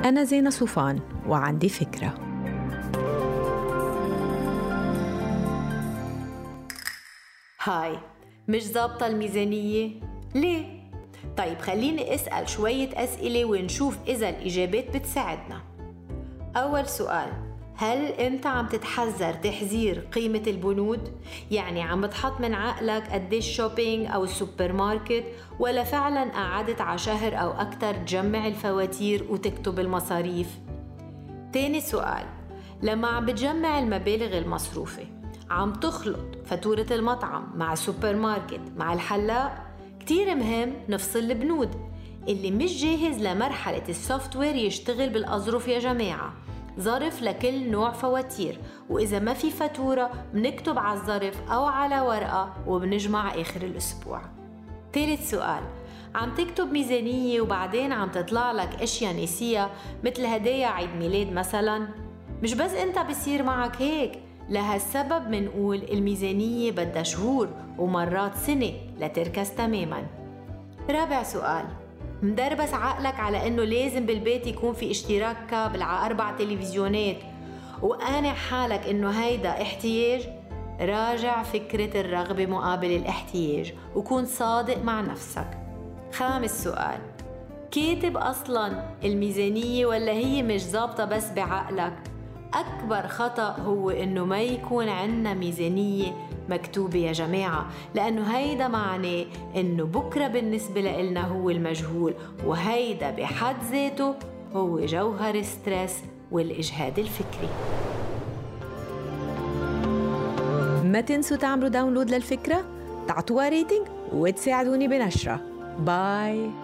أنا زينة صوفان وعندي فكرة. هاي، مش ظابطة الميزانية؟ ليه؟ طيب خليني أسأل شوية أسئلة ونشوف إذا الإجابات بتساعدنا. أول سؤال، هل أنت عم تتحذر تحذير قيمة البنود؟ يعني عم تحط من عقلك قديش شوبينج أو السوبر ماركت، ولا فعلاً قعدت على شهر أو أكتر تجمع الفواتير وتكتب المصاريف؟ تاني سؤال، لما عم بتجمع المبالغ المصروفة عم تخلط فاتورة المطعم مع السوبر ماركت مع الحلاق؟ كتير مهم نفصل البنود. اللي مش جاهز لمرحلة السوفت وير يشتغل بالأظرف يا جماعة، ظرف لكل نوع فواتير، وإذا ما في فاتورة بنكتب على الظرف أو على ورقة وبنجمع آخر الأسبوع. ثالث سؤال، عم تكتب ميزانية وبعدين عم تطلع لك أشياء نسيها مثل هدايا عيد ميلاد مثلا؟ مش بس أنت بصير معك هيك، لهالسبب منقول الميزانية بدها شهور ومرات سنة لتركز تماما. رابع سؤال، مدربس عقلك على انه لازم بالبيت يكون في اشتراك كابل على 4 تلفزيونات وقانع حالك انه هيدا احتياج؟ راجع فكرة الرغبة مقابل الاحتياج وكون صادق مع نفسك. خامس سؤال، كاتب اصلا الميزانية ولا هي مش ظابطة بس بعقلك؟ أكبر خطأ هو إنه ما يكون عنا ميزانية مكتوبة يا جماعة، لأنه هيدا معناه إنه بكرة بالنسبة لإلنا هو المجهول، وهيدا بحد ذاته هو جوهر ستريس والإجهاد الفكري. ما تنسوا تعملوا داونلود للفكرة، تعطوها ريتنج وتساعدوني بنشرة. باي.